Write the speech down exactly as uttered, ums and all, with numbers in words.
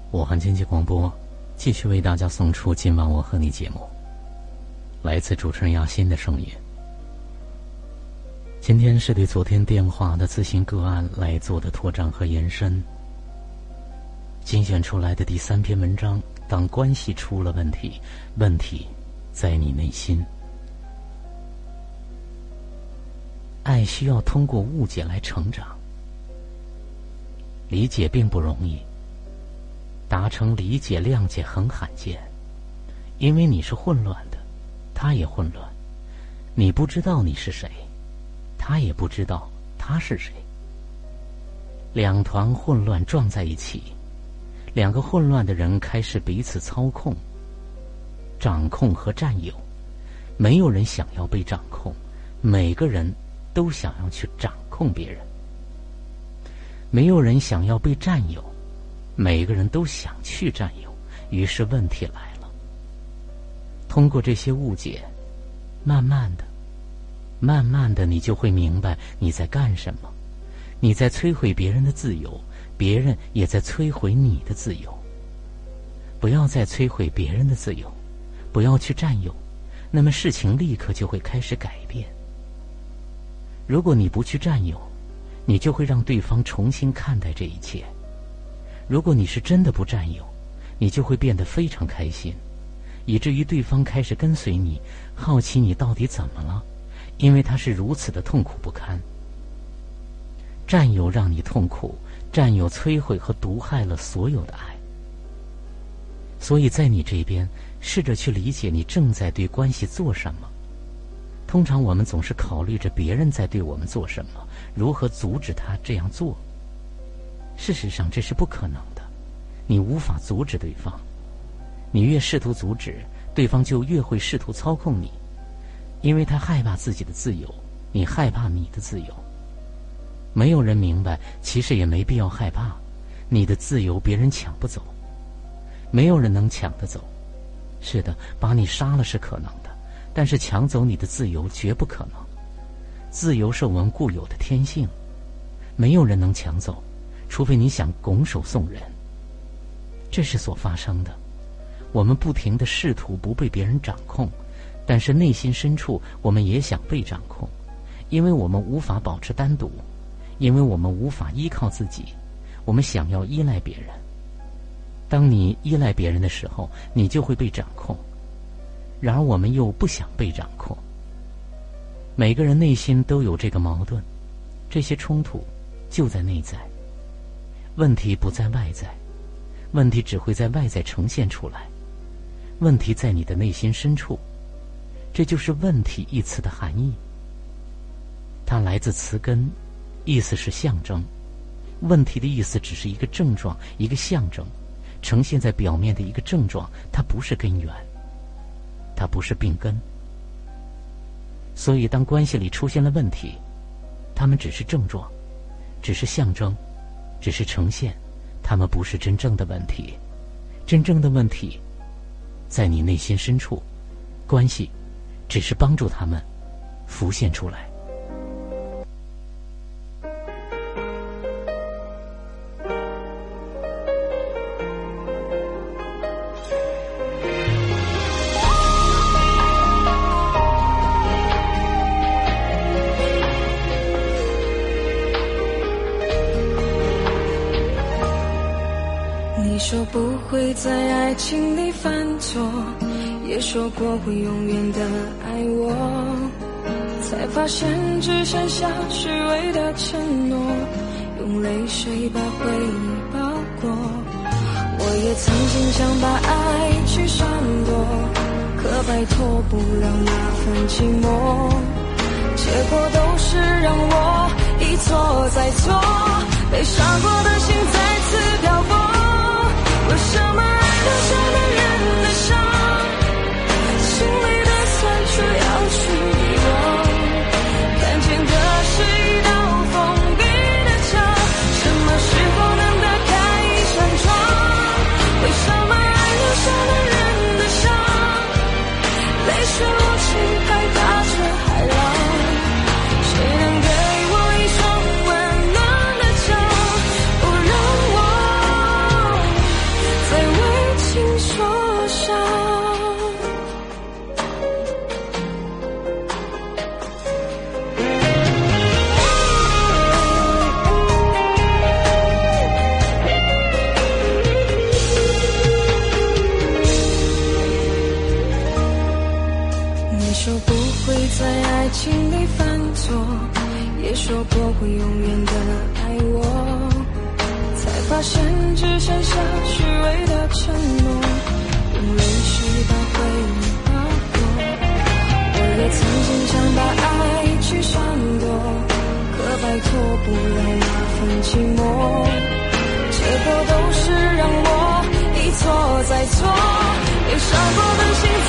武汉经济广播继续为大家送出今晚我和你节目，来自主持人亚欣的声音。今天是对昨天电话的咨询个案来做的拓展和延伸，精选出来的第三篇文章，当关系出了问题，问题在你内心。爱需要通过误解来成长，理解并不容易，达成理解谅解很罕见，因为你是混乱的，他也混乱，你不知道你是谁，他也不知道他是谁，两团混乱撞在一起，两个混乱的人开始彼此操控、掌控和占有。没有人想要被掌控，每个人都想要去掌控别人。没有人想要被占有，每个人都想去占有。于是问题来了，通过这些误解，慢慢的慢慢的你就会明白你在干什么。你在摧毁别人的自由，别人也在摧毁你的自由。不要再摧毁别人的自由，不要去占有，那么事情立刻就会开始改变。如果你不去占有，你就会让对方重新看待这一切。如果你是真的不占有，你就会变得非常开心，以至于对方开始跟随你，好奇你到底怎么了，因为他是如此的痛苦不堪。占有让你痛苦，占有摧毁和毒害了所有的爱。所以在你这边，试着去理解你正在对关系做什么。通常我们总是考虑着别人在对我们做什么，如何阻止他这样做。事实上这是不可能的，你无法阻止对方，你越试图阻止，对方就越会试图操控你，因为他害怕自己的自由，你害怕你的自由。没有人明白，其实也没必要害怕，你的自由别人抢不走，没有人能抢得走。是的，把你杀了是可能的，但是抢走你的自由绝不可能。自由是我们固有的天性，没有人能抢走，除非你想拱手送人。这是所发生的。我们不停地试图不被别人掌控，但是内心深处我们也想被掌控，因为我们无法保持单独，因为我们无法依靠自己，我们想要依赖别人。当你依赖别人的时候，你就会被掌控。然而我们又不想被掌控。每个人内心都有这个矛盾，这些冲突就在内在。问题不在外在，问题只会在外在呈现出来。问题在你的内心深处，这就是问题一词的含义。它来自词根，意思是象征。问题的意思只是一个症状，一个象征，呈现在表面的一个症状，它不是根源，它不是病根。所以当关系里出现了问题，它们只是症状，只是象征，只是呈现，它们不是真正的问题。真正的问题在你内心深处，关系只是帮助他们浮现出来。 你说不会在爱情里犯错，也说过会永远的爱我，才发现只剩下虚伪的承诺，用泪水把回忆包裹。我也曾经想把爱去闪躲，可拜托不让那份寂寞，结果都是让我一错再错，被伤过的心再次漂泊。为什么爱留下了人的伤，心里的酸楚要去遗忘，看见的是一道封闭的墙，什么时候能打开一扇窗？为什么爱留下了人的伤，泪水无情拍打着海浪，谁能给我一双温暖的脚，不让我只剩下虚伪的承诺，用泪水把回忆划过。我也曾经想把爱去闪躲，可拜托不要那份寂寞，结果都是让我一错再错。被伤过的心